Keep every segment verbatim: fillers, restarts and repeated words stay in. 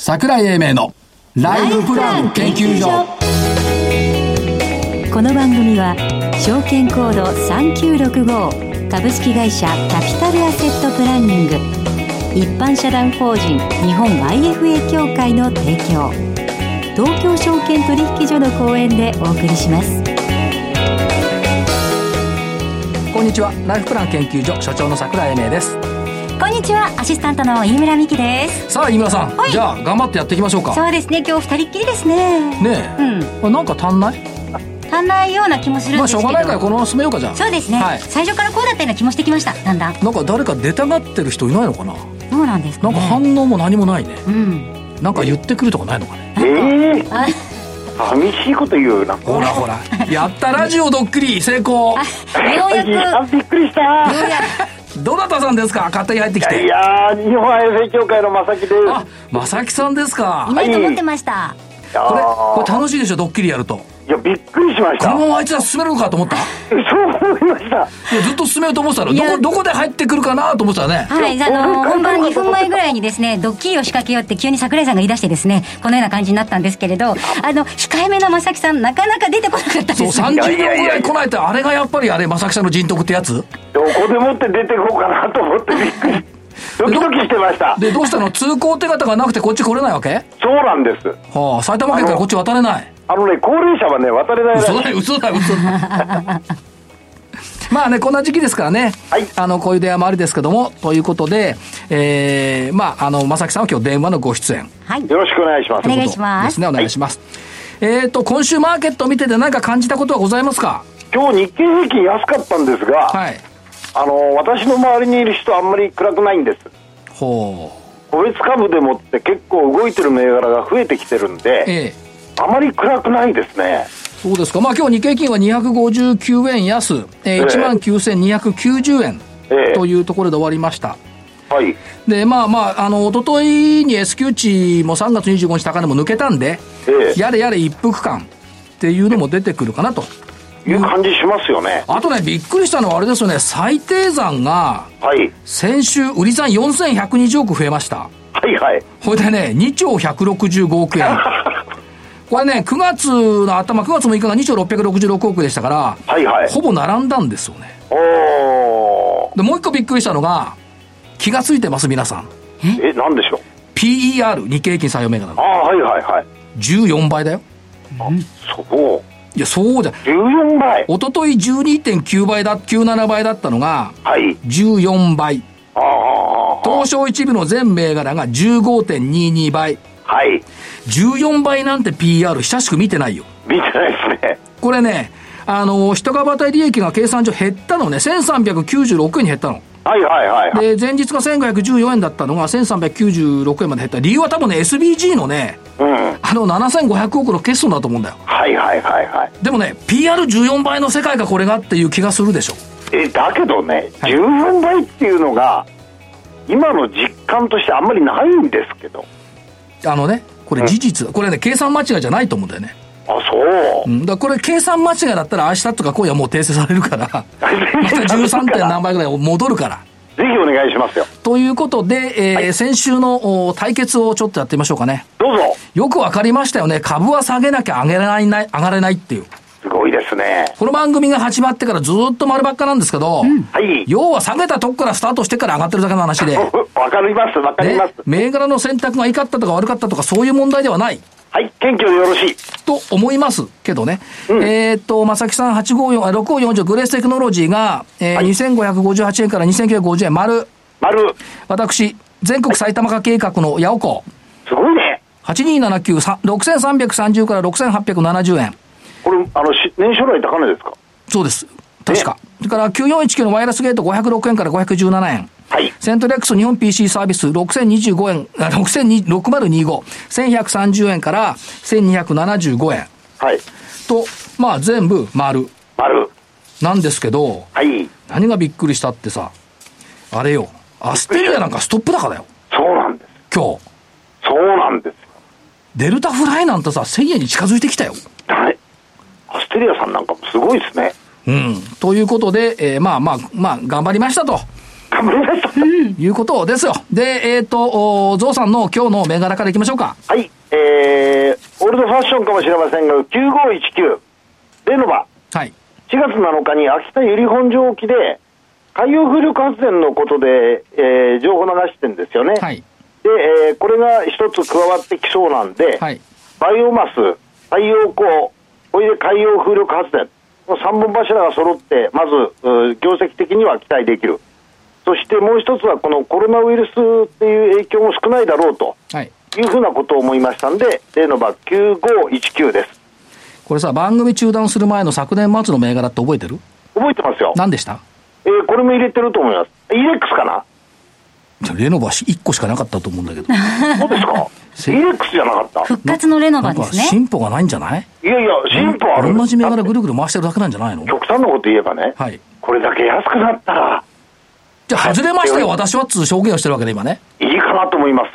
桜井英明のライフプラン研究所。 この番組は証券コードさんきゅうろくご株式会社キャピタルアセットプランニング、一般社団法人日本 アイエフエー 協会の提供、東京証券取引所の講演でお送りします。 こんにちは、ライフプラン研究所所長の桜井英明です。 こんにちは、アシスタントの飯村美希です。 さあ飯村さん、はい、じゃあ頑張ってやっていきましょうか。 そうですね、今日二人っきりですね。 ねえ、うん、なんか足んない足んないような気もするんですけど、 まあしょうがないからこのまま進めようか。じゃあそうですね、 はい、最初からこうだったような気もしてきました。だんだんなんか誰か出たがってる人いないのかな。 そうなんですかね。 なんか反応も何もないね、うん、なんか言ってくるとかないのかね。 えー、寂しいこと言うな。 ほらほらやったラジオドッキリ成功。 ようやく。いやびっくりした。ようやどなたさんですか、勝手に入ってきて。 いやいや日本 アイエフエー 協会の正木です。 あ、正木さんですか。 いないと思ってました、はい、 これこれ楽しいでしょ、ドッキリやると。 いやびっくりしました。 このままあいつら進めるのかと思った。 そう思いました。いやずっと進めようと思ってたの。どこどこで入ってくるかなと思ってたね。 はい、あの本番にふんまえぐらいにですね、ドッキリを仕掛けようって急に桜井さんが言い出してですね、このような感じになったんですけれど、あの控えめな正木さんなかなか出てこなかったですね。 そうさんじゅうびょうぐらい来ないと、あれがやっぱりあれ正木さんの人徳ってやつ。 どこでもって出てこうかなと思ってびっくりドキドキしてました。 でどうしたの、通行手形がなくてこっち来れないわけ。 そうなんです、 はあ、埼玉県からこっち渡れない。 あのね、高齢者はね渡れないらしい。 嘘だよ嘘だよ嘘だまあね、こんな時期ですからね、はい、あのこういう電話もありですけども、ということで、えー、まああの正木さんは今日電話のご出演、 はい、 よろしくお願いします。 お願いしますですね、お願いします、はい、えーと今週マーケットを見てて何か感じたことはございますか。 今日日経平均安かったんですが、はい、あの私の周りにいる人あんまり暗くないんです。 ほう、 個別株でもって結構動いてる銘柄が増えてきてるんで、ええ、あまり暗くないですね。 そうですか。まあ今日日経金はにひゃくごじゅうきゅうえん安、えー、いちまんきゅうせんにひゃくきゅうじゅうえんというところで終わりました、 はい。でまあまああの一昨日に S q 値もさんがつにじゅうごにち高値も抜けたんで、ええ、やれやれ一服感っていうのも出てくるかなという感じしますよね。 あとね、びっくりしたのはあれですよね、最低残が先週売り残よんせんひゃくにじゅうおく増えました。 はいはい。 これでねにちょうひゃくろくじゅうごおくえんこれねくがつの頭、くがつむいかがにちょうろっぴゃくろくじゅうろくおくでしたから、はいはい、ほぼ並んだんですよね。おでもう一個びっくりしたのが、気がついてます皆さん。 えなんでしょう。 ピーイーアール 日経平均採用銘柄の、 あはいはいはい、 じゅうよんばいだよ。 あ、そういやそうじゃじゅうよんばい。 一昨日 じゅうにてんきゅうばいだきゅうじゅうななばいだったのが、はい、じゅうよんばい。あ東証一部の全銘柄が じゅうごてんにじゅうにばい。はい。じゅうよんばいなんて ピーイーアール 久しく見てないよ。 見てないですね。 これね、あの一株当たり利益が計算上減ったのね、せんさんびゃくきゅうじゅうろくえんに減ったの。はいはいはい、はい、で前日がせんごひゃくじゅうよえんだったのがせんさんびゃくきゅうじゅうろくえんまで減った。理由は多分ね エスビージー のね、うん、あのななせんごひゃくおくの決算だと思うんだよ。はいはいはいはい。でもね ピーアールじゅうよんばいの世界がこれがっていう気がするでしょ。 えだけどね、はい、じゅうよんばいっていうのが今の実感としてあんまりないんですけど、あのねこれ事実、うん、これね計算間違いじゃないと思うんだよね。 あそう、 うん、だからこれ計算間違いだったら明日とか今夜もう訂正されるからまたじゅうさんてん何倍ぐらい戻るから、 ぜひお願いしますよ。 ということで、えーはい、先週の対決をちょっとやってみましょうかね。 どうぞ。 よくわかりましたよね。株は下げなきゃ上げられない、上がれないっていう。 すごいですね。 この番組が始まってからずっと丸ばっかなんですけど、うん、要は下げたとこからスタートしてから上がってるだけの話で。 わかりますわかります、ね。 銘柄の選択が良かったとか悪かったとかそういう問題ではない。 はい、謙虚でよろしい。 と思いますけどね。うん、えー、っと、正木さんはちごーよん、ろくごーよんじゅうグレーステクノロジーが、えーはい、にせんごひゃくごじゅうはちえんからにせんきゅうひゃくごじゅうえん丸。 丸。 私、全国埼玉化計画のヤオコ。 すごいね。 はちにーななきゅう、ろくせんさんびゃくさんじゅうからろくせんはっぴゃくななじゅうえん。 これ、あの、年初来高値ですか。 そうです。確か。それからきゅうよんいちきゅうのワイヤレスゲートごひゃくろくえんからごひゃくじゅうななえん。はい。セントレックス日本 ピーシー サービスろくせんにじゅうごえん、ろくせんにじゅうご、せんひゃくさんじゅうえんからせんにひゃくななじゅうごえん。はい。と、まあ全部丸。丸。なんですけど、はい。何がびっくりしたってさ、あれよ、アステリアなんかストップ高だよ。 そうなんです。 今日。 そうなんです。 デルタフライなんてさ、せんえんに近づいてきたよ。 はい。アステリアさんなんかもすごいですね。 うん。ということで、えー、まあまあ、まあ、頑張りましたと。 頑張りました。 ということですよ。で、えっと、ゾウさんの今日の銘柄からいきましょうか。 はい。えー、オールドファッションかもしれませんが、きゅうごいちきゅう、レノバ。 はい。 しがつなのかに秋田由利本荘沖で、海洋風力発電のことで、えー、情報流してるんですよね。 はい。 で、えー、これが一つ加わってきそうなんで、 はい。 バイオマス、太陽光、これで海洋風力発電、このさんぼん柱が揃って、まず、業績的には期待できる。そしてもう一つは、このコロナウイルスっていう影響も少ないだろうと、はい、いうふうなことを思いましたんで、例の場きゅうごいちきゅうです。 これさ、番組中断する前の昨年末の銘柄って覚えてる？ 覚えてますよ。 何でした？ えー、これも入れてると思います。イレックスかな？ レノバいっこしかなかったと思うんだけど。 そうですか？イレックスじゃなかった？ 復活のレノバですね。 進歩がないんじゃない？ いやいや、進歩ある。 同じ銘柄ぐるぐる回してるだけなんじゃないの？ 極端なこと言えばね、はい、これだけ安くなったら、 じゃあ外れましたよ、私はっつう証言をしてるわけで今ね。 いいかなと思います。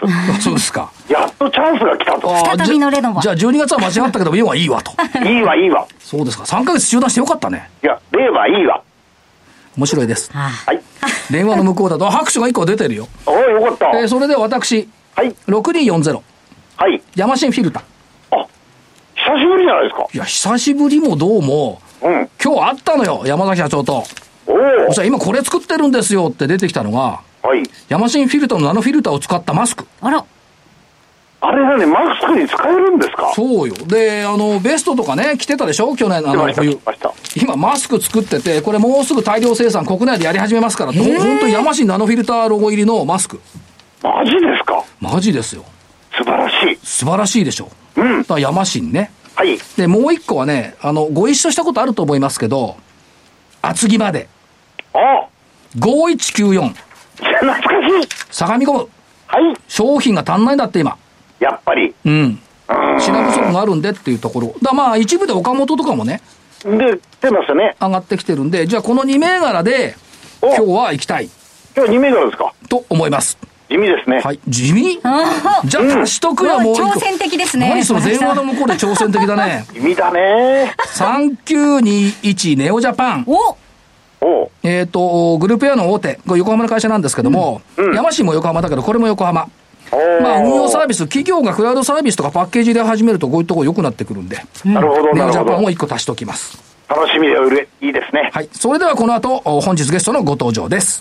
そうですか。 やっとチャンスが来たと。 再びのレノバ。 じゃあじゅうにがつは間違ったけど、要はいいわと。 いいわ、いいわ。 そうですか。さんかげつ中断してよかったね。 いや、令和いいわ。 面白いです。 はい。 電話の向こうだと拍手がいっこ出てるよ。 おお、よかった。 えー、それでは私、はい、ろくにーよんゼロ。はい。ヤマシンフィルター。 あ、久しぶりじゃないですか。 いや、久しぶりもどうも、うん、今日会ったのよ、山崎社長と。おお。そしたら今これ作ってるんですよって出てきたのが、はい。ヤマシンフィルターのナノフィルターを使ったマスク。 あら。 あれだね、マスクに使えるんですか？ そうよ。で、あの、ベストとかね、着てたでしょ去年、あの、冬。今、マスク作ってて、これもうすぐ大量生産、国内でやり始めますから、本当にヤマシンナノフィルターロゴ入りのマスク。 マジですか？ マジですよ。 素晴らしい。 素晴らしいでしょ。 うん。 だからヤマシンね。 はい。 で、もう一個はね、あの、ご一緒したことあると思いますけど、厚木まで。 あごいちきゅうよん。 懐かしい。 相模ゴム。 はい。 商品が足んないんだって今。 やっぱり。 うん。品不足があるんでっていうところ。だまあ一部で岡本とかもね。 で、出ますよね。 上がってきてるんで、じゃあこのに銘柄で、今日は行きたい。 今日はに銘柄ですか？ と思います。 地味ですね。 はい。地味？じゃあ足しとくよ、もう一個。 挑戦的ですね。 何その電話の向こうで挑戦的だね。 地味だね。 さんきゅうにいちネオジャパン。 おおえっ、ー、と、グループエアの大手、これ横浜の会社なんですけども、うん、ヤマシンも横浜だけど、これも横浜。まあ、運用サービス、企業がクラウドサービスとかパッケージで始めると、こういうところ良くなってくるんで、 なるほど、なるほど。 ネオジャパンをいっこ足しておきます。 楽しみで売れ、いいですね。 はい。それではこの後、本日ゲストのご登場です。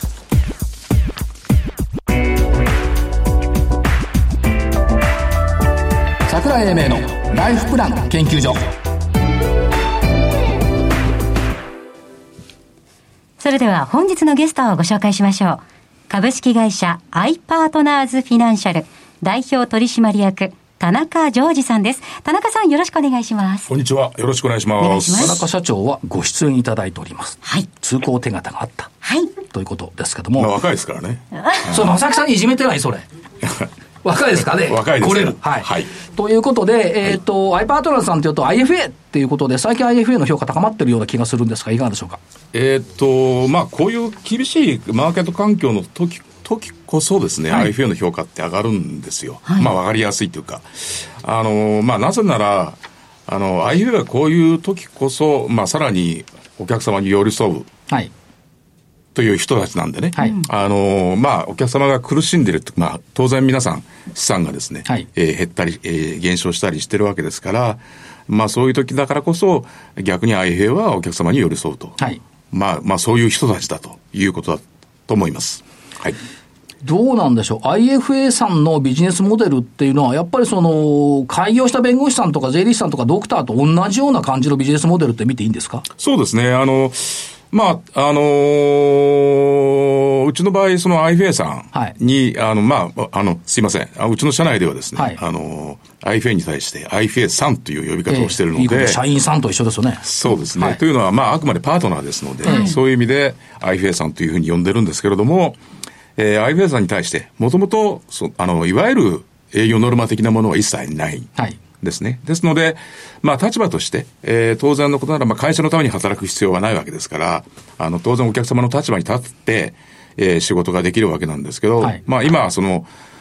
櫻井英明のライフプラン研究所。 それでは本日のゲストをご紹介しましょう。株式会社アイパートナーズフィナンシャル代表取締役田中ジョージさんです。田中さん、よろしくお願いします。 こんにちは、よろしくお願いします。 お願いします。 田中社長はご出演いただいております。 はい。 通行手形があった。 はい。 ということですけども。 まあ、若いですからね。 それ正木さんにいじめてないそれ。若いですかね。 若いですね。 はい。はい。ということで、えっ、ー、と、はい、アイパートナーズさんというと アイエフエー っていうことで、最近 アイエフエー の評価高まってるような気がするんですが、いかがでしょうか。 えっ、ー、と、まあ、こういう厳しいマーケット環境の時、時こそですね、はい、アイエフエー の評価って上がるんですよ。はい、まあ、わかりやすいというか。あの、まあ、なぜなら、あの、アイエフエー はこういう時こそ、まあ、さらにお客様に寄り添う。はい。という人たちなんでね、はい、あのまあ、お客様が苦しんでいると、まあ、当然皆さん資産がですね、はい、えー、減ったり、えー、減少したりしてるわけですから、まあ、そういう時だからこそ逆に アイエフエー はお客様に寄り添うと、はい、まあ、まあそういう人たちだということだと思います。はい。 どうなんでしょう。 アイエフエー さんのビジネスモデルっていうのはやっぱりその開業した弁護士さんとか税理士さんとかドクターと同じような感じのビジネスモデルって見ていいんですか？ そうですね。あのまあ、あのー、うちの場合、その アイエフエー さんに、はい、あの、まあ、あの、すいません。うちの社内ではですね、はい、あの、アイエフエー に対して アイエフエー さんという呼び方をしているので、えー、いい社員さんと一緒ですよね。 そうですね。はい、というのは、まあ、あくまでパートナーですので、うん、そういう意味で アイエフエー さんというふうに呼んでるんですけれども、えー、アイエフエー さんに対して、もともと、あの、いわゆる営業ノルマ的なものは一切ない。はいですね。ですので、まあ立場として、えー、当然のことならば会社のために働く必要はないわけですから、あの、当然お客様の立場に立って、えー、仕事ができるわけなんですけど、はい、まあ今はその、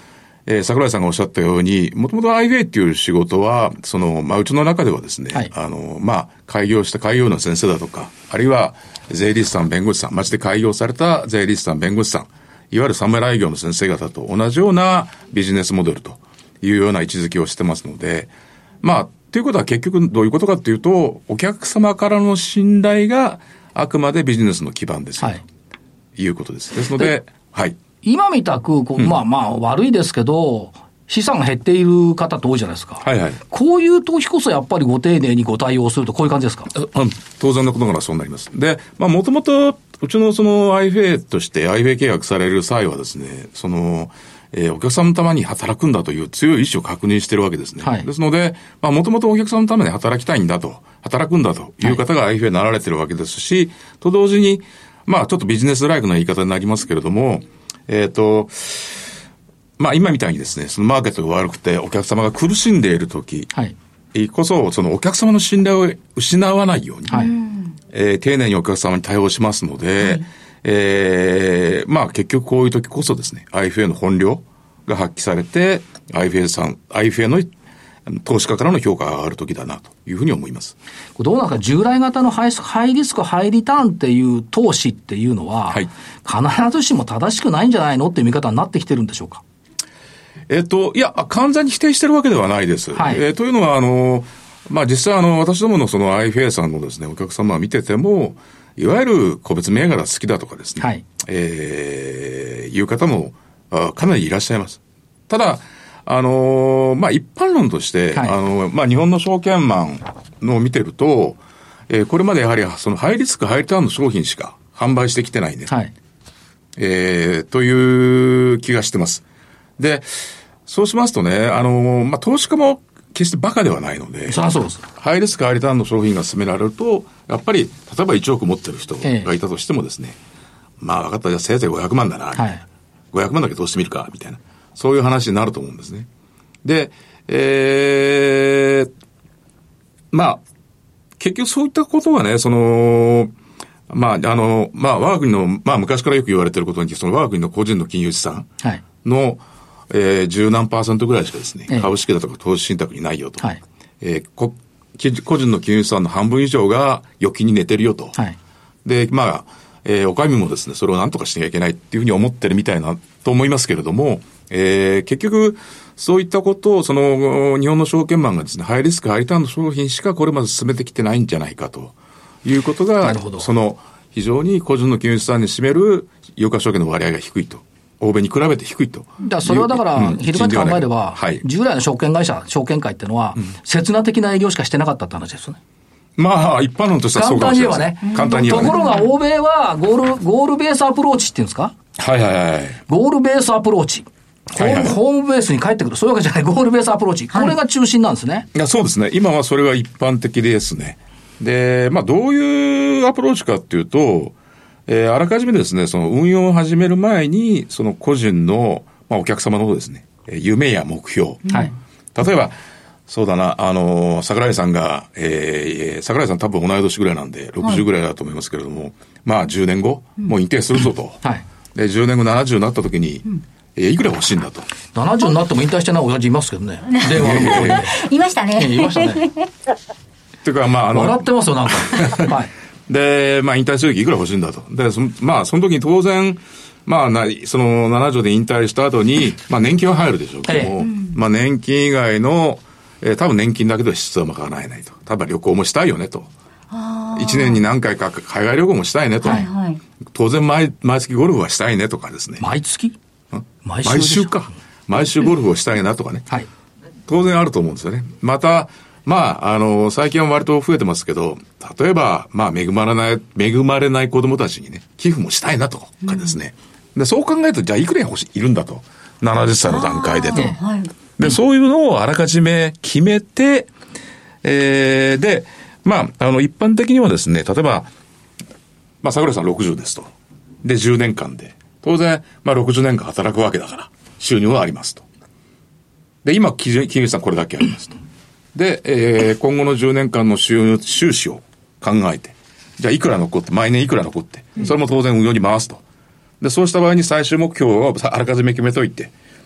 えー、桜井さんがおっしゃったように、もともと アイエフエー っていう仕事は、その、まあ、うちの中ではですね、はい、あの、まあ、開業した開業の先生だとか、あるいは税理士さん、弁護士さん、町で開業された税理士さん、弁護士さん、いわゆる侍業の先生方と同じようなビジネスモデルというような位置づけをしてますので、まあ、ということは結局どういうことかというと、お客様からの信頼があくまでビジネスの基盤ですよ、はい、ということです。ですので、はい。 今みたくこう、うん、まあまあ悪いですけど、資産が減っている方って多いじゃないですか。 はいはい。 こういう時こそやっぱりご丁寧にご対応するとこういう感じですか。 うん、当然のことならそうなります。で、まあもともとうちのその アイエフエー として アイエフエー 契約される際はですね、その、えー、お客様のために働くんだという強い意志を確認しているわけですね。はい、ですので、まあもともとお客様のために働きたいんだと、働くんだという方が アイエフエー になられているわけですし、はい、と同時に、まあちょっとビジネスライクな言い方になりますけれども、えっと、まあ今みたいにですね、そのマーケットが悪くてお客様が苦しんでいるときこそ、そのお客様の信頼を失わないように、はい、えー、丁寧にお客様に対応しますので、はい、えー、まあ結局こういうときこそですね、アイエフエー の本領が発揮されて、アイエフエー さん、アイエフエー の投資家からの評価が上がるときだなというふうに思います。 どうなんか従来型のハイ、ハイリスクハイリターンっていう投資っていうのは、はい、必ずしも正しくないんじゃないのっていう見方になってきてるんでしょうか。 えっと、いや、完全に否定してるわけではないです。はい、えー、というのは、あの、まあ、実際あの、私どものその アイエフエー さんのですね、お客様を見てても、いわゆる個別銘柄好きだとかですね、はい、えー、いう方もかなりいらっしゃいます。ただ、あのー、まあ、一般論として、はい、あの、まあ、日本の証券マンのを見てると、えー、これまでやはりそのハイリスクハイリターンの商品しか販売してきてないね。はい、えー、という気がしてます。で、そうしますとね、あのー、まあ、投資家も決してバカではないので、 そうそうです。 ハイリスクハイリターンの商品が進められると、やっぱり、例えばいちおく持ってる人がいたとしてもですね、ええ、まあ、分かった、じゃあせいぜいごひゃくまんだな、はい、ごひゃくまんだけ投資してみるか、みたいな。そういう話になると思うんですね。で、えー、まあ、結局そういったことはね、その、まあ、あの、まあ、我が国の、まあ、昔からよく言われていることに、その我が国の個人の金融資産の、はい、えー、十何パーセントぐらいしかですね、ええ、株式だとか投資信託にないよと。はい、えー、こ個人の金融資産の半分以上が預金に寝てるよと。はい、で、まあ、えー、お上もですね、それを何とかしなきゃいけないっていうふうに思ってるみたいなと思いますけれども、えー、結局、そういったことを、その、日本の証券マンがですね、ハイリスク、ハイリターンの商品しかこれまで進めてきてないんじゃないかということが、その、非常に個人の金融資産に占める有価証券の割合が低いと。欧米に比べて低いと。 だからそれはだから、うん、翻って考えれば、はい、従来の証券会社、証券会っていうのは、うん、刹那的な営業しかしてなかったって話ですよね。 まあ、一般論としてはそうかもしれません。 簡単に言えばね。ところが、欧米はゴール、ゴールベースアプローチっていうんですか？ はいはいはい。 ゴールベースアプローチ。はいはい、ホームベースに帰ってくる。そういうわけじゃない。ゴールベースアプローチ。これが中心なんですね。はい、 いや、そうですね。今はそれが一般的ですね。で、まあ、どういうアプローチかっていうと、えー、あらかじめですね、その運用を始める前に、その個人の、まあ、お客様のですね、夢や目標。はい、例えば、そうだな、あのー、桜井さんが、えー、桜井さん多分同い年ぐらいなんで、ろくじゅうぐらいだと思いますけれども、はい、まあじゅうねんご、もう引退するぞと。はい、で、じゅうねんごななじゅうになった時に、うん、えー、いくら欲しいんだと。 ななじゅうになっても引退してない親父いますけどね。電話の向こうに。いましたね。 いましたね。 っていうか、まあ、あの。 笑ってますよ、なんか。はい。 で、まあ、引退する時いくら欲しいんだと。で、そまあ、その時に当然、まあ、なそのななじゅうで引退した後に、まあ、年金は入るでしょうけども、ええ、まあ、年金以外の、えー、多分年金だけで支出は賄えないと。多分旅行もしたいよねと。いちねんに何回か海外旅行もしたいねと。はいはい、当然毎、毎月ゴルフはしたいねとかですね。 毎月毎週毎週か。毎週ゴルフをしたいなとかね。はい、当然あると思うんですよね。また、まあ、あの、最近は割と増えてますけど、例えば、まあ、恵まれない、恵まれない子供たちにね、寄付もしたいなとかですね。うん、で、そう考えると、じゃあいくら欲しい、いるんだと。ななじゅっさいの段階でと。はい、で、そういうのをあらかじめ決めて、えー、で、まあ、あの、一般的にはですね、例えば、まあ、桜井さんろくじゅうですと。で、じゅうねんかんで。当然、まあ、ろくじゅうねんかん働くわけだから、収入はありますと。で、今、金融資産これだけありますと。で、えー、今後のじゅうねんかんの収入、収支を考えて、じゃあいくら残って、毎年いくら残って、それも当然運用に回すと。で、そうした場合に最終目標をあらかじめ決めといて、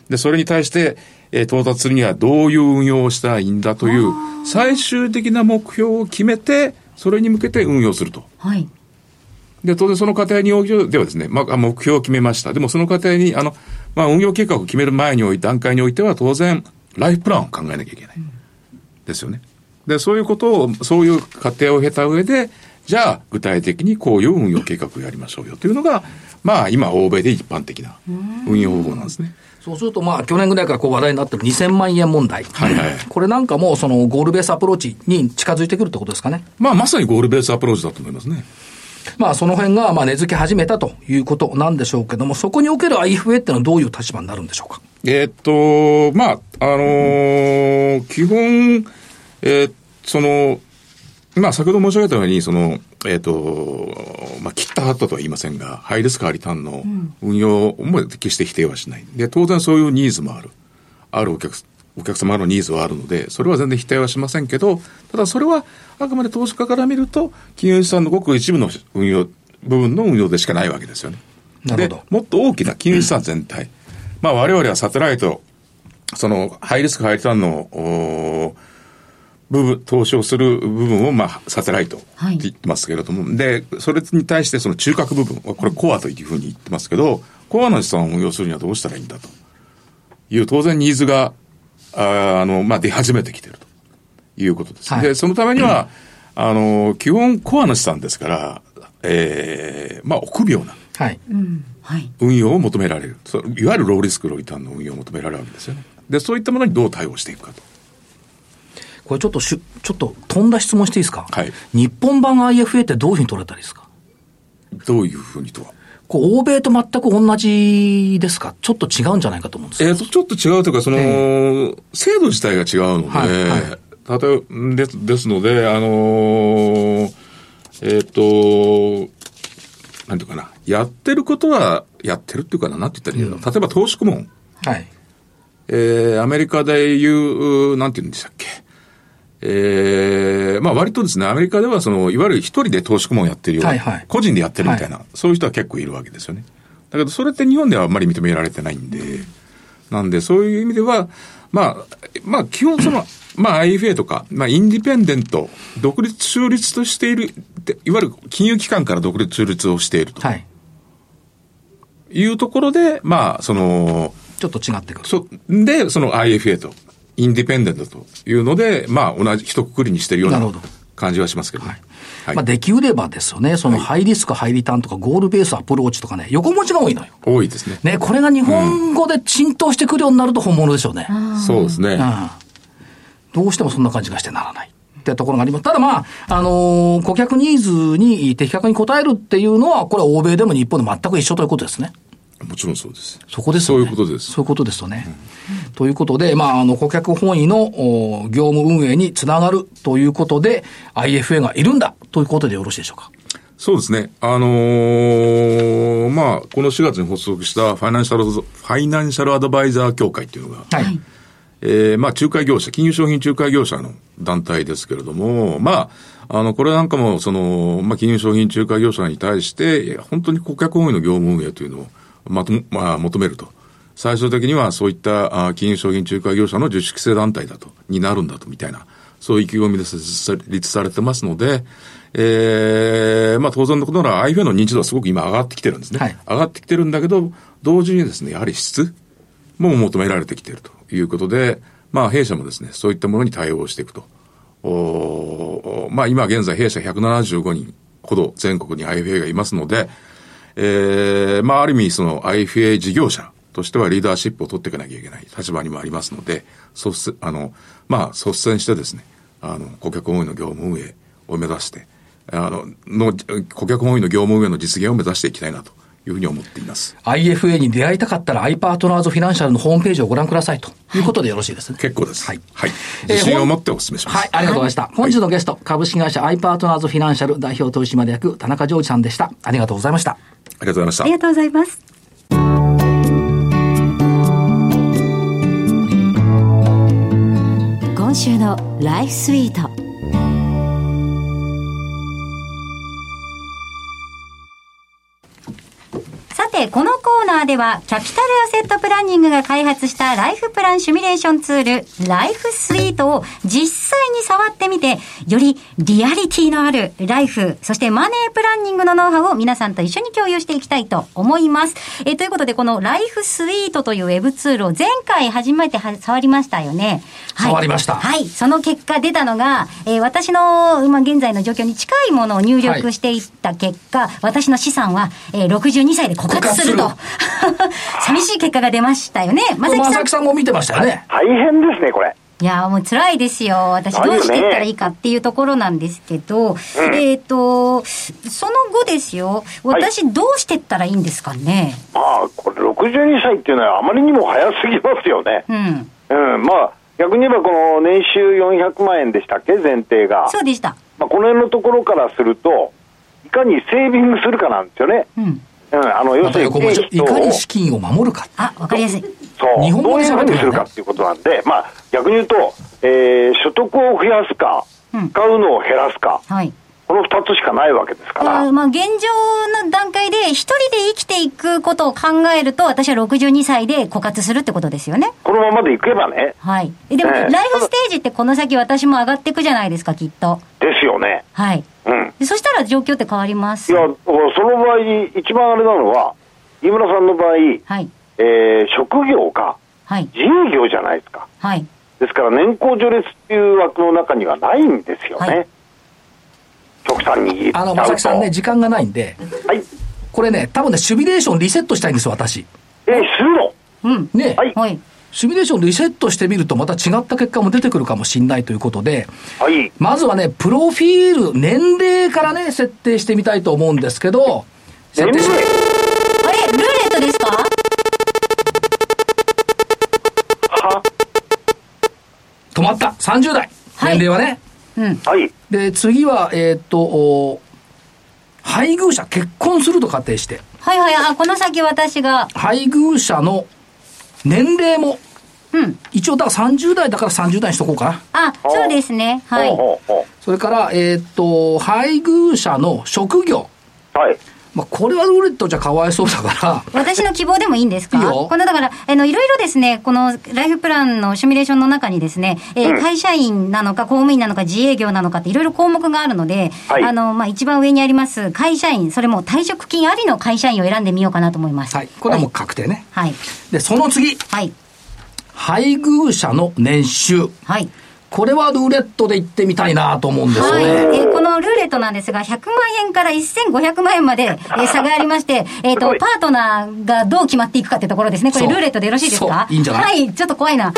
で、それに対して、えー、到達するにはどういう運用をしたらいいんだという最終的な目標を決めて、それに向けて運用すると。はい。で、当然その過程においてではですね、まあ、目標を決めました。でもその過程に、あの、まあ、運用計画を決める前において、段階においては当然、ライフプランを考えなきゃいけない。うん、ですよね。で、そういうことを、そういう過程を経た上で、じゃあ、具体的にこういう運用計画をやりましょうよというのが、まあ、今、欧米で一般的な運用方法なんですね。 そうすると、まあ、去年ぐらいからこう話題になってるにせんまんえん問題。はいはい。これなんかも、その、ゴールベースアプローチに近づいてくるってことですかね。 まあ、まさにゴールベースアプローチだと思いますね。 まあ、その辺が、まあ、根付き始めたということなんでしょうけども、そこにおける アイエフエー ってのはどういう立場になるんでしょうか。 えー、っと、まあ、あのー、基本、えー、その、まあ、先ほど申し上げたように、その、えっと、まあ、切ったはったとは言いませんが、ハイリスクハイリターンの運用も決して否定はしない。で、当然そういうニーズもある。あるお客、お客様のニーズはあるので、それは全然否定はしませんけど、ただそれはあくまで投資家から見ると、金融資産のごく一部の運用、部分の運用でしかないわけですよね。 なるほど。 で、もっと大きな金融資産全体。うん、まあ、我々はサテライト、その、ハイリスクハイリターンの、部分、投資をする部分を、まあ、サテライトって言ってますけれども、はい、で、それに対してその中核部分、これコアというふうに言ってますけど、コアの資産を運用するにはどうしたらいいんだという、当然ニーズが、あ, あの、まあ、出始めてきているということです。はい、で、そのためには、うん、あの、基本コアの資産ですから、ええー、まあ、臆病な。はい。運用を求められる。いわゆるローリスクローリターンの運用を求められるわけですよね。で、そういったものにどう対応していくかと。 これちょっとしゅ、ちょっと飛んだ質問していいですか。 はい。 日本版 アイエフエー ってどういうふうに取れたらいいですか。 どういうふうにとは。 こう、欧米と全く同じですか。ちょっと違うんじゃないかと思うんですえっ、ー、と、ちょっと違うというか、その、えー、制度自体が違うので、はいはい、例えば、です、ですので、あのー、えっ、ー、と、なんていうかな、やってることは、やってるっていうかな、なんて言ったらいいの、うん、例えば投資顧問。はい。えー、アメリカでいう、なんて言うんでしたっけ。えー、まあ割とですね、アメリカではその、いわゆる一人で投資顧問やってるような、はいはい、個人でやってるみたいな、はい、そういう人は結構いるわけですよね。だけどそれって日本ではあんまり認められてないんで、なんでそういう意味では、まあ、まあ基本その、まあ アイエフエー とか、まあインディペンデント、独立中立としている、いわゆる金融機関から独立中立をしていると。はい。いうところで、まあその、 ちょっと違ってくる。 そ、で、その アイエフエー と。インディペンデントというので、まあ、同じ一括りにしているような感じはしますけど。はいはい、まあ、できうればですよね、そのハイリスク、ハイリターンとか、ゴールベースアプローチとかね、横文字が多いのよ。 多いですね。 ね、これが日本語で浸透してくるようになると本物でしょうね。 うん、そうですね、うん。 どうしてもそんな感じがしてならない。ってところがあります。ただまあ、あのー、顧客ニーズに的確に応えるっていうのは、これは欧米でも日本でも全く一緒ということですね。 もちろんそうです。 そこですよね。 そういうことです。 そういうことですよね。うん、ということで、まあ、あの、顧客本位の業務運営につながるということで、アイエフエー がいるんだということでよろしいでしょうか。 そうですね。あのー、まあ、このしがつに発足したファイナンシャル、ファイナンシャルアドバイザー協会っていうのが、はい。えー、まあ、仲介業者、金融商品仲介業者の団体ですけれども、まあ、あの、これなんかも、その、まあ、金融商品仲介業者に対して、本当に顧客本位の業務運営というのを、まと、まあ、求めると。最終的にはそういった金融商品仲介業者の自主規制団体だと、になるんだと、みたいな、そういう意気込みで設立されてますので、えー、まあ当然のことなら アイエフエー の認知度はすごく今上がってきてるんですね。はい、上がってきてるんだけど、同時にですね、やはり質も求められてきているということで、まあ弊社もですね、そういったものに対応していくと。おまあ今現在弊社ひゃくななじゅうごにんほど全国に アイエフエー がいますので、えー、まあある意味その アイエフエー 事業者としてはリーダーシップを取っていかなきゃいけない立場にもありますので、率あのまあ率先してですね、あの顧客本位の業務運営を目指して、あのの顧客本位の業務運営の実現を目指していきたいなというふうに思っています。 アイエフエー に出会いたかったら アイパートナーズフィナンシャルのホームページをご覧くださいということでよろしいですね。 結構です。はい。はい。自信を持ってお勧めします。 はい、ありがとうございました。はい、本日のゲスト、株式会社 アイパートナーズフィナンシャル代表取締役田中ジョージさんでした。ありがとうございました。 ありがとうございました。 ありがとうございます。今週のライフスイート。さてこのコーナーではキャピタルアセットプランニングが開発したライフプランシミュレーションツールライフスイートを実際に触ってみて、よりリアリティのあるライフ、そしてマネープランニングのノウハウを皆さんと一緒に共有していきたいと思います。えー、ということでこのライフスイートというウェブツールを前回初めては触りましたよね。 はい、触りました。 はい。その結果出たのが、えー、私の今現在の状況に近いものを入力していった結果、はい、私の資産は、えー、ろくじゅうにさいで枯渇すると寂しい結果が出ましたよね。まさきさん、 まさきさんも見てましたよね。 大変ですねこれ。 いやもう辛いですよ。私どうしていったらいいかっていうところなんですけど、うん、えっ、ー、とその後ですよ、私どうしていったらいいんですかね。 まあこれろくじゅうにさいっていうのはあまりにも早すぎますよね。うん、うん、まあ逆に言えばこの年収よんひゃくまんえんでしたっけ、前提が。 そうでした。 まあ、この辺のところからするといかにセービングするかなんですよね。うん、うん、あの要するにいかに資金を守るか。 あ、わかりやすい。 そう、日本語でどういうふうにするかっていうことなんで、まあ逆に言うと、えー、所得を増やすか、うん、使うのを減らすか、はい、このふたつしかないわけですから。 あ、まあ、現状の段階で一人で生きていくことを考えると、私はろくじゅうにさいで枯渇するってことですよね。 このままでいけばね。 はい。でも、ね、ライフステージってこの先私も上がっていくじゃないですか、きっと。 ですよね。 はい。うん。でそしたら状況って変わります。 いや、その場合一番あれなのは、飯村さんの場合、はい、えー、職業が自営業じゃないですか。はい。ですから年功序列っていう枠の中にはないんですよね。はい、極端に言っちゃうと。 あの、まさきさんね、時間がないんで、はい、これね、多分ね、シミュレーションリセットしたいんですよ、私。 えー、するの？ うん。 ね、 はい。はい、 シミュレーションリセットしてみるとまた違った結果も出てくるかもしれないということで、 はい、 まずはね、プロフィール、年齢からね、設定してみたいと思うんですけど、設定しあれ、ルーレットですか？ は止まった。さんじゅう代。はい、年齢はね。 うん。はい。 で、次は、えー、っと、配偶者、結婚すると仮定して。 はいはい、あ、この先私が。 配偶者の年齢も、うん。一応、だからさんじゅう代だからさんじゅう代にしとこうかな。 あ、そうですね。はい。 それから、えー、っと、配偶者の職業。 はい。 まあ、これはルーレットじゃかわいそうだから。 私の希望でもいいんですか？ いいよ。 このだから、あの、いろいろですね、このライフプランのシミュレーションの中にですね、えーうん、会社員なのか公務員なのか自営業なのかっていろいろ項目があるので、はい、あの、まあ、一番上にあります会社員、それも退職金ありの会社員を選んでみようかなと思います。 はい。これはもう確定ね。 はい。 で、その次。 はい。 配偶者の年収。はい。これはルーレットで行ってみたいなと思うんですよね。はい、 えー、このルーレットなんですが、ひゃくまんえんからせんごひゃくまんえんまで、えー、差がありまして、えっと、パートナーがどう決まっていくかってところですね。これルーレットでよろしいですか？ いいんじゃない？ はい、ちょっと怖いな。はい。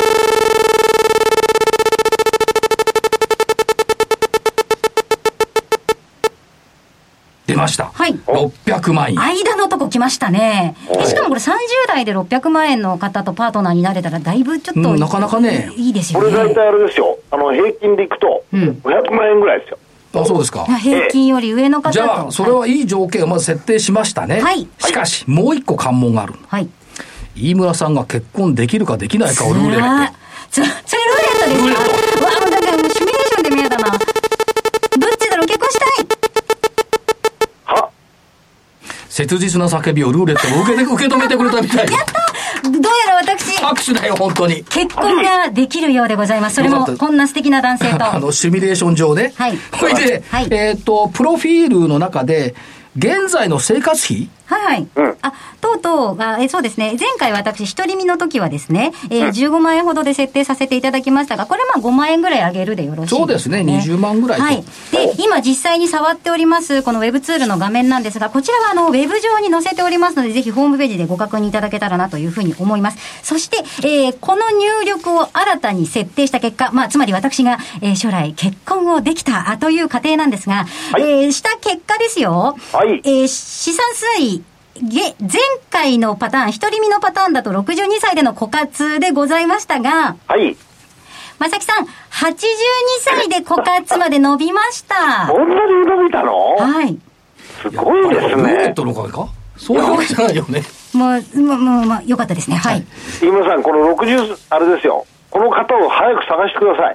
出ました。 はい。 ろっぴゃくまんえん。 間のとこ来ましたね。しかもこれさんじゅう代でろっぴゃくまんえんの方とパートナーになれたらだいぶちょっと、うん、 なかなかね。 いいですよね。 これ大体あれですよ。あの、平均でいくと、ごひゃくまんえんぐらいですよ。 あ、そうですか。 平均より上の方と。 じゃあ、それはいい条件をまず設定しましたね。はい。しかし、もう一個関門がある。はい。飯村さんが結婚できるかできないかをルーレット。 そ、それルーレットですか？ルーレット。わあ、もうだからもうシミュレーションで見えたな。どっちだろう？結婚したい。 は？ 切実な叫びをルーレットを受けて、受け止めてくれたみたい。 やったどうやら私。 拍手だよ、本当に。 結婚ができるようでございます。それも、こんな素敵な男性と。 あの、シミュレーション上で。はい。これで、はい、えっと、プロフィールの中で、現在の生活費はいはい。うん、あ、とうとうが、えそうですね。前回私、独り身の時はですね、えーうん、じゅうごまんえんほどで設定させていただきましたが、これまあごまんえんぐらい上げるでよろしいですかね。 そうですね。にじゅうまんぐらいと。 はい。で、今実際に触っております、このウェブツールの画面なんですが、こちらはあの、ウェブ上に載せておりますので、ぜひホームページでご確認いただけたらなというふうに思います。そして、えー、この入力を新たに設定した結果、まあ、つまり私が、えー、将来結婚をできたという過程なんですが、はい、えー、した結果ですよ。はい。えー、資産推移、前回のパターン、独り身のパターンだとろくじゅうにさいでの枯渇でございましたが、はい。まさきさん、はちじゅうにさいで枯渇まで伸びました。 こんなに伸びたの？ はい。 すごいですね。 ルーレットのおかげか？そういうわけじゃないよね。 もう、もう、もう、まあ、よかったですね。はい。 飯村さん、このろくじゅう、あれですよ。この方を早く探してください。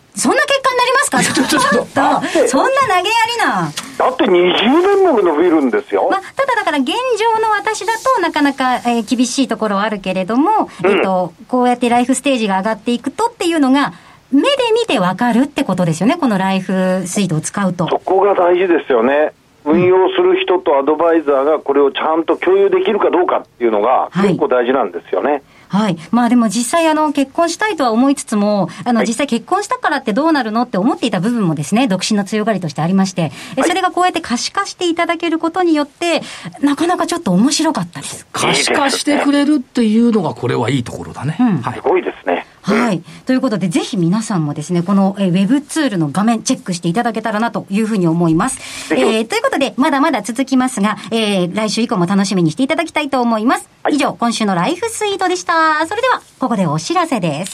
そんな結果になりますか？ちょっと、ちょっとそんな投げやりな。 だってにじゅうねんも伸びるんですよ。 まあ、ただだから現状の私だとなかなか、えー、厳しいところはあるけれども、うん、えっと、こうやってライフステージが上がっていくとっていうのが、目で見てわかるってことですよね、このライフ水道を使うと。 そこが大事ですよね。運用する人とアドバイザーがこれをちゃんと共有できるかどうかっていうのが結構大事なんですよね。はいはい。まあでも実際あの結婚したいとは思いつつも、あの実際結婚したからってどうなるのって思っていた部分もですね、独身の強がりとしてありまして、はい、それがこうやって可視化していただけることによって、なかなかちょっと面白かったです。 可視化してくれるっていうのがこれはいいところだね。 うん、 はい、すごいですね。 はい。ということで、ぜひ皆さんもですね、このウェブツールの画面チェックしていただけたらなというふうに思います。えー、ということで、まだまだ続きますが、えー、来週以降も楽しみにしていただきたいと思います。はい、以上、今週のライフスイートでした。それでは、ここでお知らせです。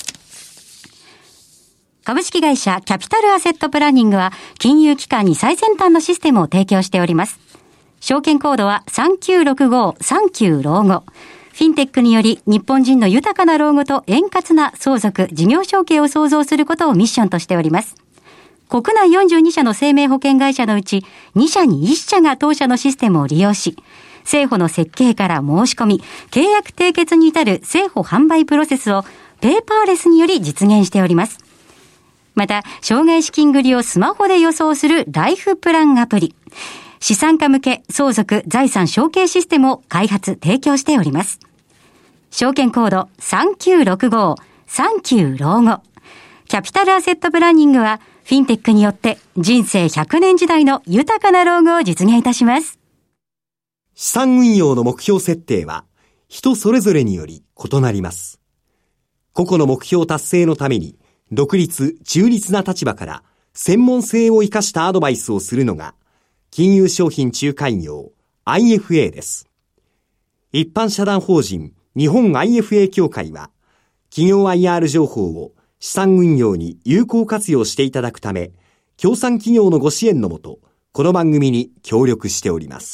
株式会社キャピタルアセットプランニングは、金融機関に最先端のシステムを提供しております。証券コードはさんきゅうろくごさんきゅう老後。フィンテックにより日本人の豊かな老後と円滑な相続、事業承継を創造することをミッションとしております。国内よんじゅうに社の生命保険会社のうちに社にいっ社が当社のシステムを利用し、生保の設計から申し込み、契約締結に至る生保販売プロセスをペーパーレスにより実現しております。また、障害資金繰りをスマホで予想するライフプランアプリ、資産家向け相続財産承継システムを開発提供しております。証券コードさんきゅうろくごさんきゅう老後。キャピタルアセットプランニングはフィンテックによって人生ひゃくねん時代の豊かな老後を実現いたします。 資産運用の目標設定は人それぞれにより異なります。個々の目標達成のために独立、中立な立場から専門性を生かしたアドバイスをするのが金融商品仲介業 アイエフエー です。一般社団法人日本 アイエフエー 協会は企業 アイアール 情報を資産運用に有効活用していただくため、協賛企業のご支援のもと、この番組に協力しております。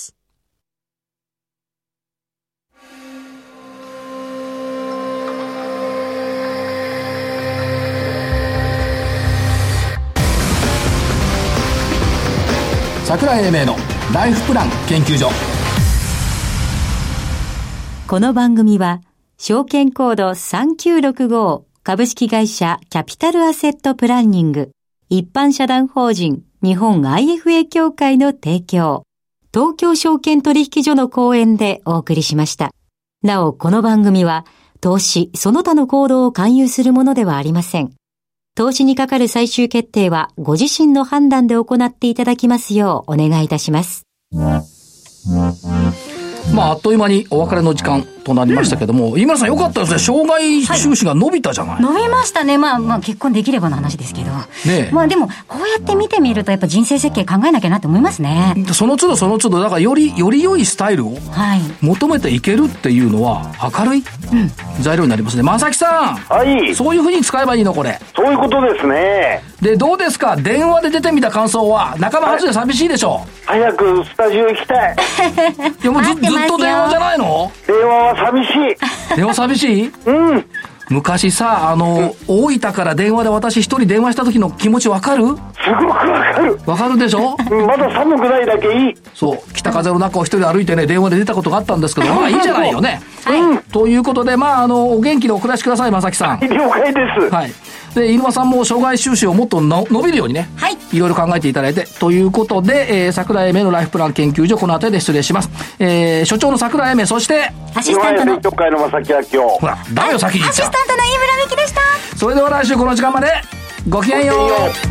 桜井英明のライフプラン研究所。 この番組は証券コードさんきゅうろくご株式会社キャピタルアセットプランニング一般社団法人日本 アイエフエー 協会の提供、東京証券取引所の講演でお送りしました。なおこの番組は投資その他の行動を勧誘するものではありません。投資にかかる最終決定はご自身の判断で行っていただきますようお願いいたします。 まあ、あっという間にお別れの時間となりましたけども、うん、井村さんよかったですね。障害収支が伸びたじゃない、はい、 伸びましたね。まあまあ結婚できればの話ですけど、ね、まあでもこうやって見てみるとやっぱ人生設計考えなきゃなって思いますね。 その都度その都度だからよりより良いスタイルを求めていけるっていうのは明るい材料になりますね。正木さん、 はい、 そういうふうに使えばいいのこれ。 そういうことですね。 でどうですか、電話で出てみた感想は。仲間外れ寂しいでしょ、はい、 早くスタジオ行きたい。 いやもう ず, ずっと電話じゃないの。 電話は寂しい。 電話寂しい。 うん。 昔さ、あの、うん、大分から電話で私一人電話した時の気持ちわかる？ すごくわかる。 わかるでしょ。 まだ寒くないだけいい。 そう、北風の中を一人歩いてね、電話で出たことがあったんですけど、まあいいじゃないよね。 はい。 うん、ということで、まああの、お元気でお暮らしください、正木さん。 了解です。 はい。で、入間さんも障害収支をもっとの伸びるようにね、はい。いろいろ考えていただいて、ということで、えー、桜井英明のライフプラン研究所、この辺りで失礼します。えー、所長の桜井英明、そして、 アシスタントの、 協会の正木明夫。 ほら、ダメよ、先に言っちゃう。 アシスタントの飯村美希でした。 それでは来週この時間まで、ごきげんよう。